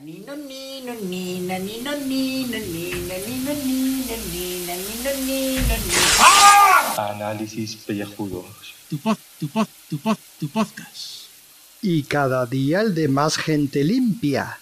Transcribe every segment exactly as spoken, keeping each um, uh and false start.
Ni no ni no ni na ni no ni no ni na ni no ni no ni na ni no ni no ni. Análisis pellejudos. Tu pod, tu pod, tu pod, tu podcast. Y cada día el de más gente limpia.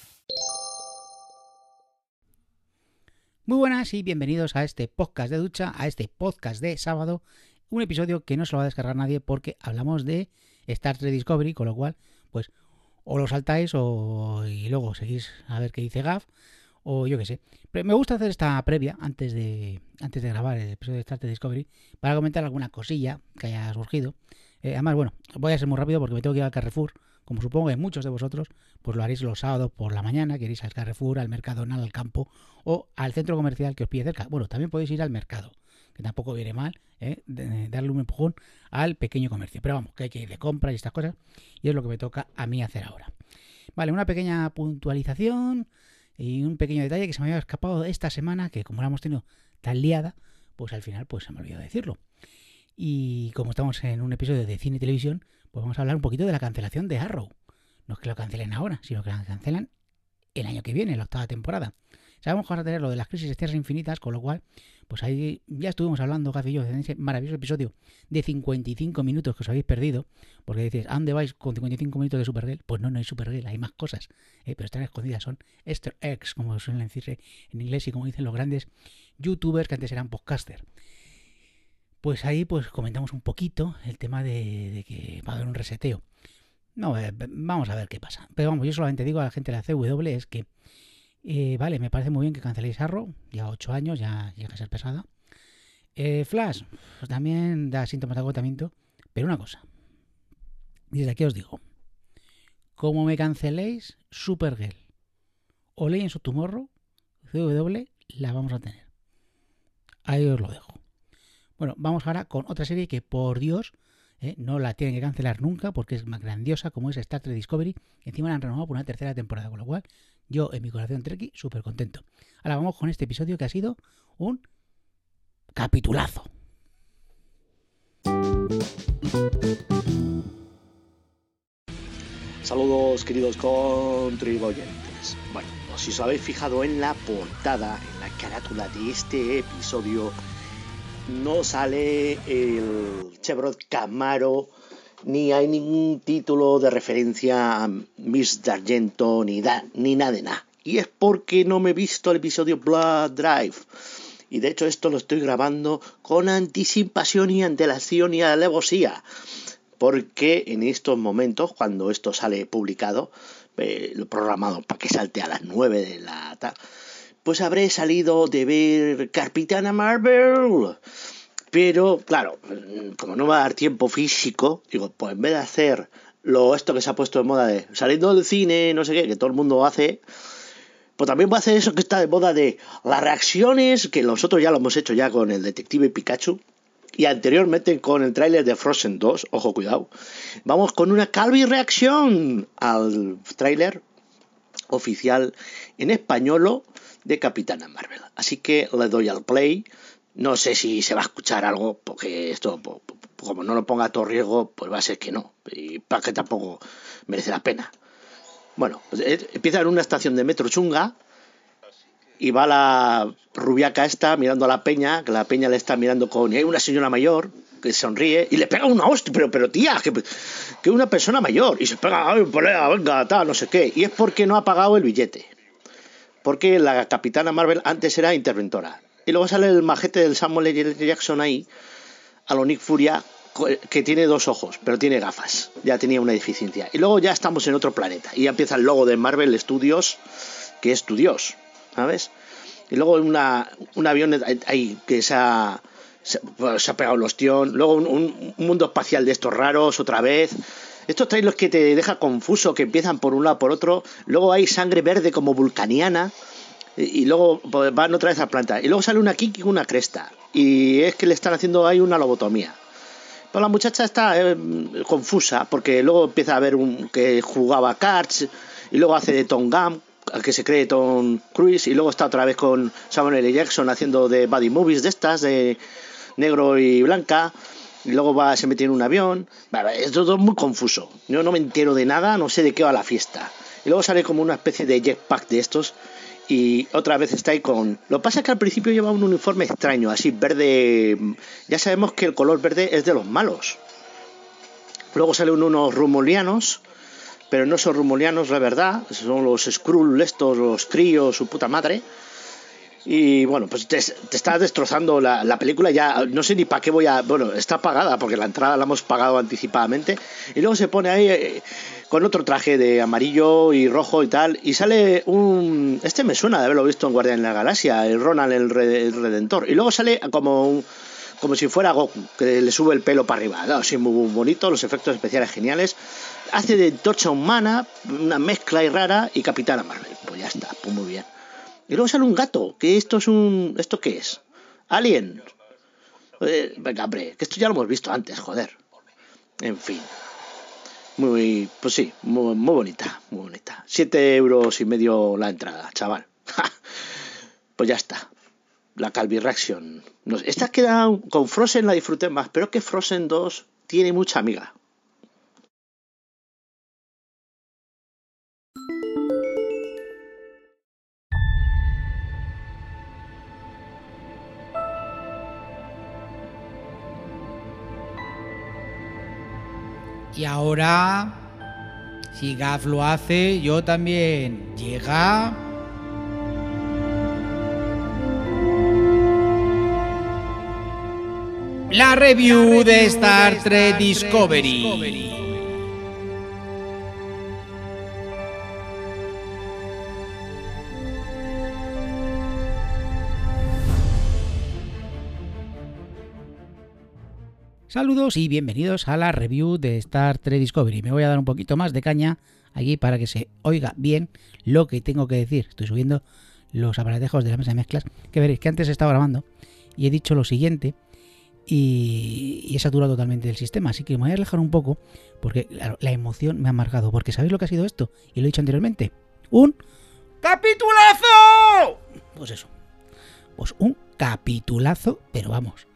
Muy buenas y bienvenidos a este podcast de ducha, a este podcast de sábado. Un episodio que no se lo va a descargar nadie porque hablamos de Star Trek Discovery, con lo cual, pues, o lo saltáis o y luego seguís a ver qué dice Gav, o yo qué sé. Pero me gusta hacer esta previa antes de antes de grabar el episodio de Star Trek Discovery para comentar alguna cosilla que haya surgido. Eh, además, bueno, voy a ser muy rápido porque me tengo que ir al Carrefour. Como supongo que muchos de vosotros, pues lo haréis los sábados por la mañana, que iréis al Carrefour, al Mercadona, al campo o al centro comercial que os pille cerca. Bueno, también podéis ir al mercado, que tampoco viene mal, ¿eh? de, de darle un empujón al pequeño comercio. Pero vamos, que hay que ir de compra y estas cosas, y es lo que me toca a mí hacer ahora. Vale, una pequeña puntualización y un pequeño detalle que se me había escapado esta semana, que como la hemos tenido tan liada, pues al final pues se me olvidó decirlo. Y como estamos en un episodio de cine y televisión, pues vamos a hablar un poquito de la cancelación de Arrow. No es que lo cancelen ahora, sino que la cancelan el año que viene, la octava temporada. Sabemos que vamos a tener lo de las crisis de tierras infinitas, con lo cual, pues ahí ya estuvimos hablando, Gaf y yo, en ese maravilloso episodio de cincuenta y cinco minutos que os habéis perdido, porque dices, ¿a dónde vais con cincuenta y cinco minutos de Supergirl? Pues no, no hay Supergirl, hay más cosas, ¿eh? Pero están escondidas, son Easter eggs, como suelen decirse en inglés y como dicen los grandes youtubers que antes eran podcasters. Pues ahí pues comentamos un poquito el tema de, de que va a haber un reseteo. No, eh, vamos a ver qué pasa. Pero vamos, yo solamente digo a la gente de la C W es que Eh, vale, me parece muy bien que canceléis Arrow, ya ocho años, ya llega a ser pesada. Eh, Flash, pues también da síntomas de agotamiento, pero una cosa, desde aquí os digo, como me canceléis Supergirl o Legends of Tomorrow, C W la vamos a tener. Ahí os lo dejo. Bueno, vamos ahora con otra serie que, por Dios, eh, no la tienen que cancelar nunca porque es más grandiosa, como es Star Trek Discovery. Encima la han renovado por una tercera temporada, con lo cual yo, en mi corazón Trekkie, súper contento. Ahora vamos con este episodio que ha sido un capitulazo. Saludos, queridos contribuyentes. Bueno, si os habéis fijado en la portada, en la carátula de este episodio, no sale el Chevrolet Camaro, ni hay ningún título de referencia a Miss D'Argento, ni, da, ni nada de nada. Y es porque no me he visto el episodio Blood Drive. Y de hecho esto lo estoy grabando con anticipación y antelación y alevosía. Porque en estos momentos, cuando esto sale publicado, eh, lo programado para que salte a las nueve de la tarde, pues habré salido de ver Capitana Marvel. Pero, claro, como no va a dar tiempo físico, digo, pues en vez de hacer lo esto que se ha puesto de moda de saliendo del cine, no sé qué, que todo el mundo hace, pues también voy a hacer eso que está de moda de las reacciones, que nosotros ya lo hemos hecho ya con el Detective Pikachu, y anteriormente con el tráiler de Frozen dos, ojo, cuidado. Vamos con una Calvi reacción al tráiler oficial en español de Capitana Marvel. Así que le doy al play. No sé si se va a escuchar algo, porque esto, como no lo ponga a todo riesgo, pues va a ser que no. Y para que tampoco merece la pena. Bueno, pues empieza en una estación de metro chunga y va la rubiaca esta mirando a la peña, que la peña le está mirando con... Y hay una señora mayor que sonríe y le pega una hostia, pero, pero tía, que, que una persona mayor. Y se pega, ay, pelea, venga, tal, no sé qué. Y es porque no ha pagado el billete. Porque la Capitana Marvel antes era interventora. Y luego sale el majete del Samuel L. Jackson ahí, a lo Nick Furia, que tiene dos ojos, pero tiene gafas. Ya tenía una deficiencia. Y luego ya estamos en otro planeta. Y ya empieza el logo de Marvel Studios, que es tu Dios, ¿sabes? Y luego una, un avión ahí que se ha, se, se ha pegado el ostión. Luego un, un, un mundo espacial de estos raros, otra vez. Estos trailers que te deja confuso, que empiezan por un lado por otro. Luego hay sangre verde como vulcaniana. Y luego pues, van otra vez a planta. Y luego sale una Kiki con una cresta. Y es que le están haciendo ahí una lobotomía. Pero la muchacha está eh, confusa. Porque luego empieza a ver un que jugaba cards. Y luego hace de Tom Gum, al que se cree Tom Cruise. Y luego está otra vez con Samuel L. Jackson haciendo de buddy movies de estas. De negro y blanca. Y luego va, se mete en un avión. Vale, es todo muy confuso. Yo no me entero de nada. No sé de qué va la fiesta. y luego sale como una especie de jetpack de estos, y otra vez está ahí con... Lo que pasa es que al principio lleva un uniforme extraño, así verde. Ya sabemos que el color verde es de los malos. Luego salen unos rumulianos, pero no son rumulianos, la verdad, son los Skrull estos, los críos, su puta madre. Y bueno, pues te, te está destrozando la, la película. Ya no sé ni para qué voy a... Bueno, está pagada porque la entrada la hemos pagado anticipadamente. Y luego se pone ahí eh, con otro traje de amarillo y rojo y tal. Y sale un... Este me suena de haberlo visto en Guardián de la Galaxia, el Ronan el, Re, el Redentor. Y luego sale como un... como si fuera Goku, que le sube el pelo para arriba, ¿no? Así muy bonito, los efectos especiales geniales. Hace de Antorcha Humana, una mezcla y rara, y Capitana Marvel. Pues ya está, pues muy bien. Y luego sale un gato, que esto es un... ¿Esto qué es? Alien. Eh, venga, hombre, que esto ya lo hemos visto antes, joder. En fin. Muy... Pues sí, muy, muy bonita, muy bonita. Siete euros y medio la entrada, chaval. Pues ya está. La Calvi Reaction. No sé, esta queda con Frozen, la disfruté más, pero que Frozen dos tiene mucha amiga. Y ahora, si Gaff lo hace, yo también. Llega... la review de Star Trek Discovery. Saludos y bienvenidos a la review de Star Trek Discovery. Me voy a dar un poquito más de caña aquí para que se oiga bien lo que tengo que decir. Estoy subiendo los aparatejos de la mesa de mezclas, que veréis que antes estaba grabando y he dicho lo siguiente. Y, y he saturado totalmente el sistema, así que me voy a relajar un poco porque claro, la emoción me ha marcado. Porque ¿sabéis lo que ha sido esto? Y lo he dicho anteriormente. ¡Un capitulazo! Pues eso, pues un capitulazo, pero vamos,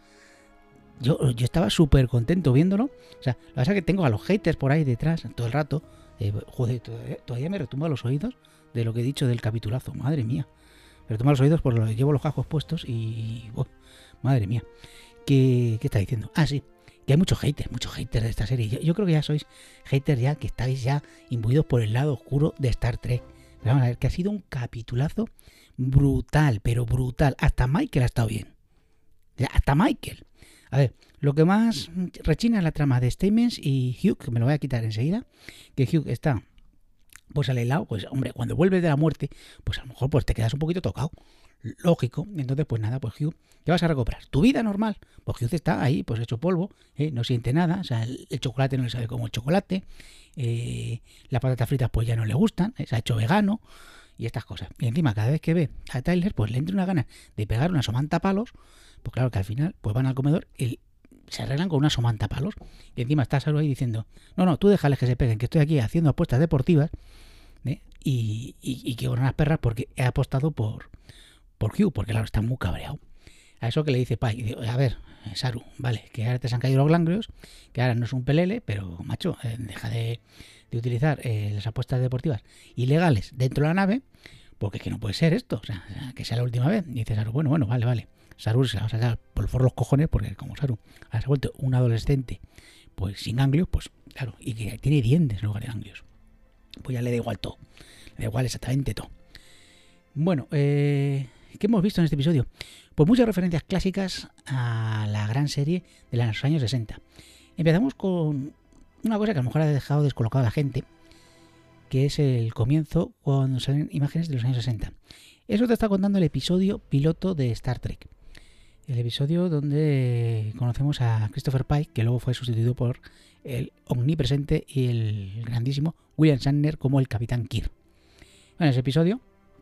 yo, yo estaba súper contento viéndolo. O sea, la verdad es que tengo a los haters por ahí detrás todo el rato. eh, Joder, todavía, todavía me retumba los oídos de lo que he dicho del capitulazo. Madre mía, me retumba los oídos porque llevo los cascos puestos y... Oh, madre mía. ¿Qué, ¿Qué está diciendo? Ah, sí, que hay muchos haters, muchos haters de esta serie. Yo, yo creo que ya sois haters ya, que estáis ya imbuidos por el lado oscuro de Star Trek. Pero vamos a ver, que ha sido un capitulazo brutal, pero brutal. Hasta Michael ha estado bien. Hasta Michael. A ver, lo que más rechina es la trama de Stamets y Hugh, que me lo voy a quitar enseguida. Que Hugh está pues al helado, pues hombre, cuando vuelves de la muerte, pues a lo mejor pues te quedas un poquito tocado. Lógico. Entonces pues nada, pues Hugh, ¿qué vas a recuperar? Tu vida normal. Pues Hugh está ahí, pues hecho polvo, ¿eh? No siente nada, o sea, el, el chocolate no le sabe como el chocolate, eh, las patatas fritas pues ya no le gustan, ¿eh? Se ha hecho vegano y estas cosas. Y encima cada vez que ve a Tyler pues le entra una gana de pegar una somanta palos, pues claro que al final pues van al comedor y se arreglan con una somanta palos. Y encima está Saru ahí diciendo, no, no, tú déjales que se peguen, que estoy aquí haciendo apuestas deportivas, ¿eh? y, y, y que con unas perras porque he apostado por... por Hugh, porque claro, está muy cabreado. A eso que le dice Pai, digo, a ver, Saru, vale, que ahora te se han caído los ganglios, que ahora no es un pelele, pero macho, eh, deja de, de utilizar eh, las apuestas deportivas ilegales dentro de la nave, porque es que no puede ser esto, o sea, que sea la última vez. Y dice Saru, bueno, bueno, vale, vale. Saru se la va a sacar por el forro los cojones, porque como Saru ahora se ha vuelto un adolescente, pues sin ganglios, pues claro, y que tiene dientes en lugar de ganglios, pues ya le da igual todo, le da igual exactamente todo. Bueno, eh... ¿qué hemos visto en este episodio? Pues muchas referencias clásicas a la gran serie de los años sesenta. Empezamos con una cosa que a lo mejor ha dejado descolocado a la gente, que es el comienzo cuando salen imágenes de los años sesenta. Eso te está contando el episodio piloto de Star Trek. El episodio donde conocemos a Christopher Pike, que luego fue sustituido por el omnipresente y el grandísimo William Shatner como el Capitán Kirk. Bueno, en ese episodio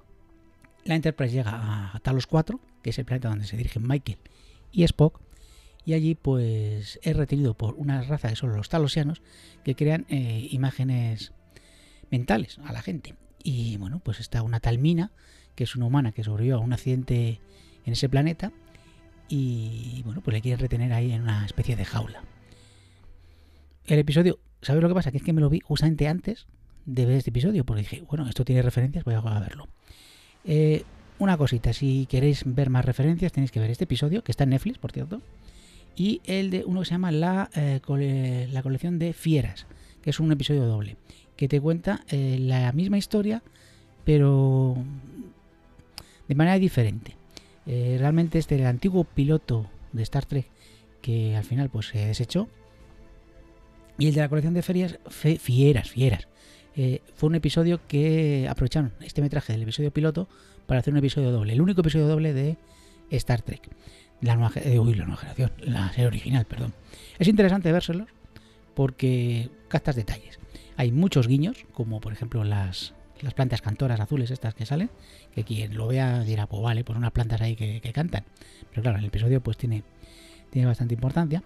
la Enterprise llega a Talos cuatro, que es el planeta donde se dirigen Michael y Spock, y allí pues es retenido por una raza que son los talosianos, que crean eh, imágenes mentales a la gente. Y bueno, pues está una tal Mina, que es una humana que sobrevivió a un accidente en ese planeta, y bueno, pues le quieren retener ahí en una especie de jaula. El episodio, ¿sabes lo que pasa? Que es que me lo vi justamente antes de ver este episodio, porque dije, bueno, esto tiene referencias, voy a verlo. Eh, una cosita, si queréis ver más referencias, tenéis que ver este episodio, que está en Netflix, por cierto, y el de uno que se llama la, eh, cole, la colección de fieras, que es un episodio doble, que te cuenta eh, la misma historia, pero de manera diferente. Eh, realmente este, el antiguo piloto de Star Trek, que al final pues se desechó, y el de la colección de ferias, fe, fieras, fieras, eh, fue un episodio que aprovecharon este metraje del episodio piloto para hacer un episodio doble, el único episodio doble de Star Trek. La nueva, eh, uy, la nueva generación, la serie original, perdón. Es interesante vérselos porque captas detalles. Hay muchos guiños, como por ejemplo las, las plantas cantoras azules estas que salen, que quien lo vea dirá, pues vale, pues unas plantas ahí que, que cantan. Pero claro, el episodio pues tiene, tiene bastante importancia.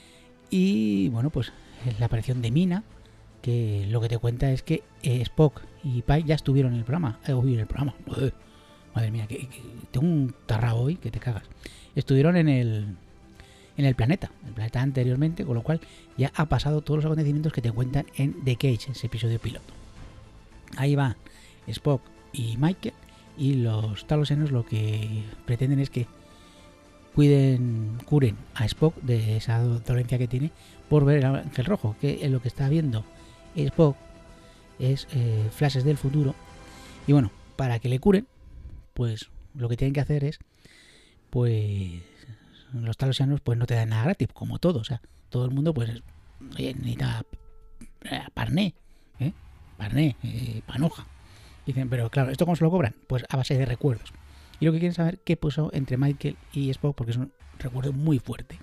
Y bueno, pues la aparición de Mina, que lo que te cuenta es que eh, Spock y Pike ya estuvieron en el programa. Eh, uy, en el programa. Uy, madre mía, que, que tengo un tarrao hoy que te cagas. Estuvieron en el en el planeta, el planeta anteriormente, con lo cual ya ha pasado todos los acontecimientos que te cuentan en The Cage, ese episodio piloto. Ahí va Spock y Michael, y los talosianos lo que pretenden es que cuiden, curen a Spock de esa dolencia que tiene por ver el ángel rojo, que es lo que está viendo Spock es eh, flashes del futuro. Y bueno, para que le curen, pues lo que tienen que hacer es, pues los talosianos pues no te dan nada gratis, como todo, o sea, todo el mundo pues oye, necesita parné, ¿eh? parné, eh, panoja. Dicen, pero claro, ¿esto cómo se lo cobran? Pues a base de recuerdos. Y lo que quieren saber qué pasó entre Michael y Spock, porque es un recuerdo muy fuerte.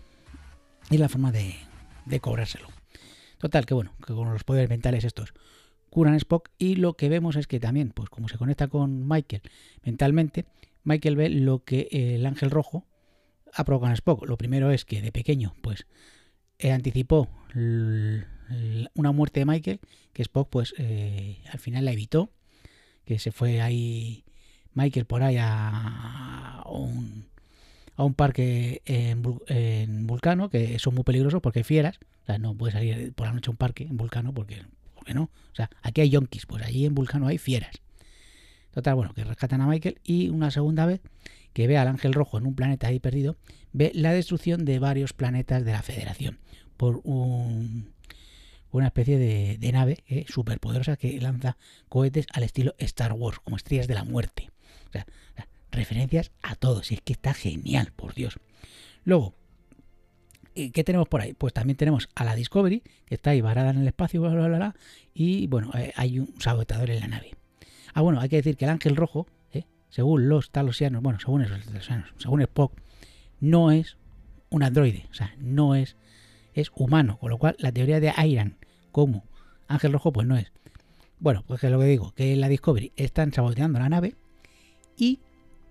Y la forma de, de cobrárselo. Total, que bueno, que con los poderes mentales estos curan a Spock, y lo que vemos es que también, pues como se conecta con Michael mentalmente, Michael ve lo que el ángel rojo ha provocado a Spock. Lo primero es que de pequeño, pues, eh, anticipó l- l- una muerte de Michael, que Spock, pues, eh, al final la evitó, que se fue ahí Michael por ahí a, a, un, a un parque en, en Vulcano, que son muy peligrosos porque hay fieras, o sea, no puede salir por la noche a un parque en Vulcano porque, porque no, o sea, aquí hay yonkis, pues allí en Vulcano hay fieras. Total, bueno, que rescatan a Michael, y una segunda vez que ve al ángel rojo en un planeta ahí perdido, ve la destrucción de varios planetas de la Federación por un, una especie de, de nave eh, superpoderosa que lanza cohetes al estilo Star Wars, como estrellas de la muerte. O sea, referencias a todos, y es que está genial, por Dios. Luego, ¿qué tenemos por ahí? Pues también tenemos a la Discovery, que está ahí varada en el espacio, bla, bla, bla, bla, y bueno, eh, hay un sabotador en la nave. Ah, bueno, hay que decir que el ángel rojo, eh, según los talosianos, bueno, según los talosianos, según Spock, no es un androide, o sea, no es, es humano, con lo cual la teoría de Iran como ángel rojo, pues no es. Bueno, pues que es lo que digo, que en la Discovery están saboteando la nave y,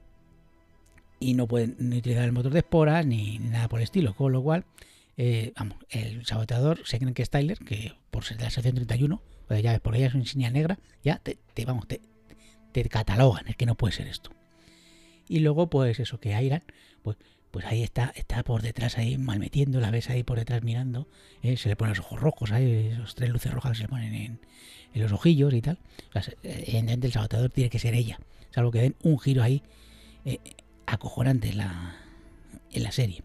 y no pueden ni utilizar el motor de esporas ni, ni nada por el estilo, con lo cual, eh, vamos, el saboteador se creen que es Tyler, que por ser de la sección treinta y uno, pues ya ves, porque ella es una insignia negra, ya te, te vamos, te, te catalogan, es que no puede ser esto. Y luego, pues eso, que Iran, pues, pues ahí está, está por detrás ahí mal metiendo, la ves ahí por detrás mirando, eh, se le ponen los ojos rojos, ahí, esos tres luces rojas que se le ponen en, en los ojillos y tal. O sea, evidentemente el sabotador tiene que ser ella, salvo que den un giro ahí eh, acojonante en la, en la serie.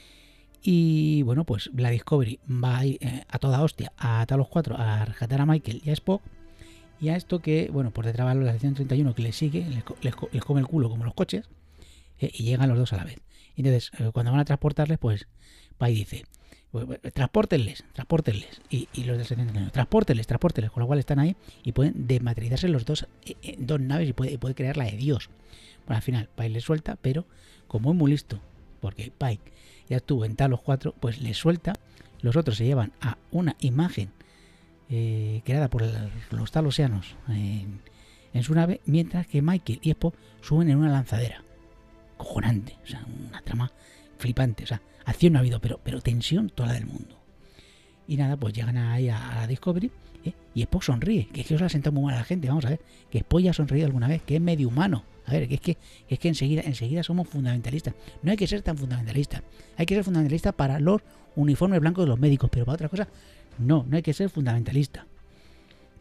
Y bueno, pues la Discovery va a ir eh, a toda hostia a Talos cuatro a rescatar a Michael y a Spock. Y a esto que, bueno, por detrás va la sección treinta y uno que les sigue, les, les, les come el culo como los coches, eh, y llegan los dos a la vez. Entonces, eh, cuando van a transportarles, pues Pai dice, transpórtenles, transpórtenles. Y, y los del sección treinta y uno, transpórtenles, transpórtenles. Con lo cual están ahí y pueden desmaterializarse los dos eh, en dos naves y puede, puede crear la de Dios. Bueno, al final, Pai les suelta, pero como es muy listo, porque Pai ya estuvo en Talos cuatro, pues les suelta. Los otros se llevan a una imagen eh, creada por el, los talosianos en, en su nave, mientras que Michael y Spock suben en una lanzadera. Cojonante, o sea, una trama flipante, o sea, acción no ha habido, pero, pero tensión toda la del mundo. Y nada, pues llegan ahí a, a la Discovery, ¿eh? Y Spock sonríe, que es que os la ha sentado muy mal a la gente, vamos a ver, que Spock ya ha sonreído alguna vez, que es medio humano. A ver, que es que, es que enseguida, enseguida somos fundamentalistas. No hay que ser tan fundamentalista. Hay que ser fundamentalista para los uniformes blancos de los médicos, pero para otra cosa, no, no hay que ser fundamentalista.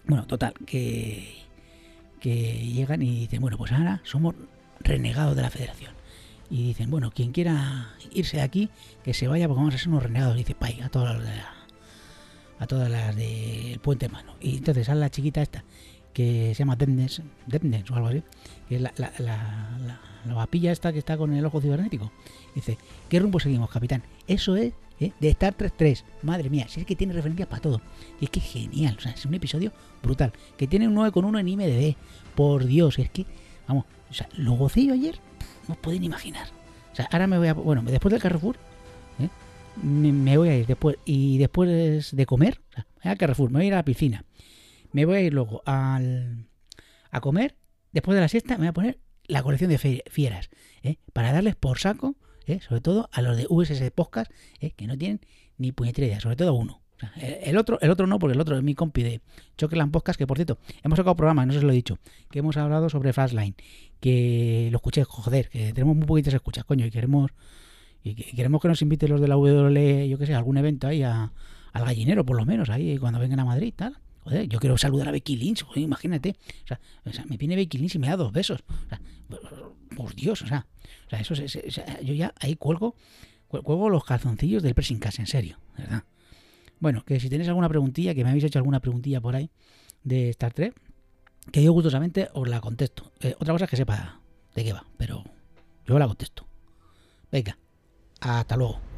Bueno, total, que, que llegan y dicen, bueno, pues ahora somos renegados de la Federación. Y dicen, bueno, quien quiera irse de aquí, que se vaya porque vamos a ser unos renegados. Y dice, pay, a todas las de la, a todas las del Puente Mano. Y entonces sale la chiquita esta, que se llama Depness, Depness o algo así, que es la, la, la, la, la vapilla esta que está con el ojo cibernético. Dice, ¿qué rumbo seguimos, capitán? Eso es ¿eh? de Star Trek tres. Madre mía, si es que tiene referencias para todo. Y es que genial, o sea, es un episodio brutal. Que tiene un nueve coma uno en I M D B. Por Dios, es que, vamos, o sea, lo gocé yo ayer, no os podéis ni imaginar. O sea, ahora me voy a, bueno, después del Carrefour, ¿eh? me, me voy a ir después, y después de comer, o sea, me voy al Carrefour, me voy a ir a la piscina. Me voy a ir luego al, a comer, después de la siesta me voy a poner la colección de fieras, ¿eh? Para darles por saco, ¿eh? Sobre todo a los de V S S Podcast, ¿eh? Que no tienen ni puñetera idea, sobre todo a uno. O sea, el otro el otro no, porque el otro es mi compi de Chocolate Podcast, que por cierto, hemos sacado programa, no se os lo he dicho, que hemos hablado sobre Flashline, que lo escuché, joder, que tenemos muy poquitas escuchas, coño, y queremos y que, y queremos que nos inviten los de la W W E, yo que sé, a algún evento ahí, a, al gallinero, por lo menos, ahí cuando vengan a Madrid, tal. Joder, yo quiero saludar a Becky Lynch, joder, imagínate. O sea, o sea, me viene Becky Lynch y me da dos besos. O sea, por Dios, o sea, o sea, eso es, o sea, yo ya ahí cuelgo, cuelgo los calzoncillos del pressing cast, en serio, de verdad. Bueno, que si tenéis alguna preguntilla, que me habéis hecho alguna preguntilla por ahí de Star Trek, que yo gustosamente os la contesto. Eh, otra cosa es que sepa de qué va, pero yo la contesto. Venga, hasta luego.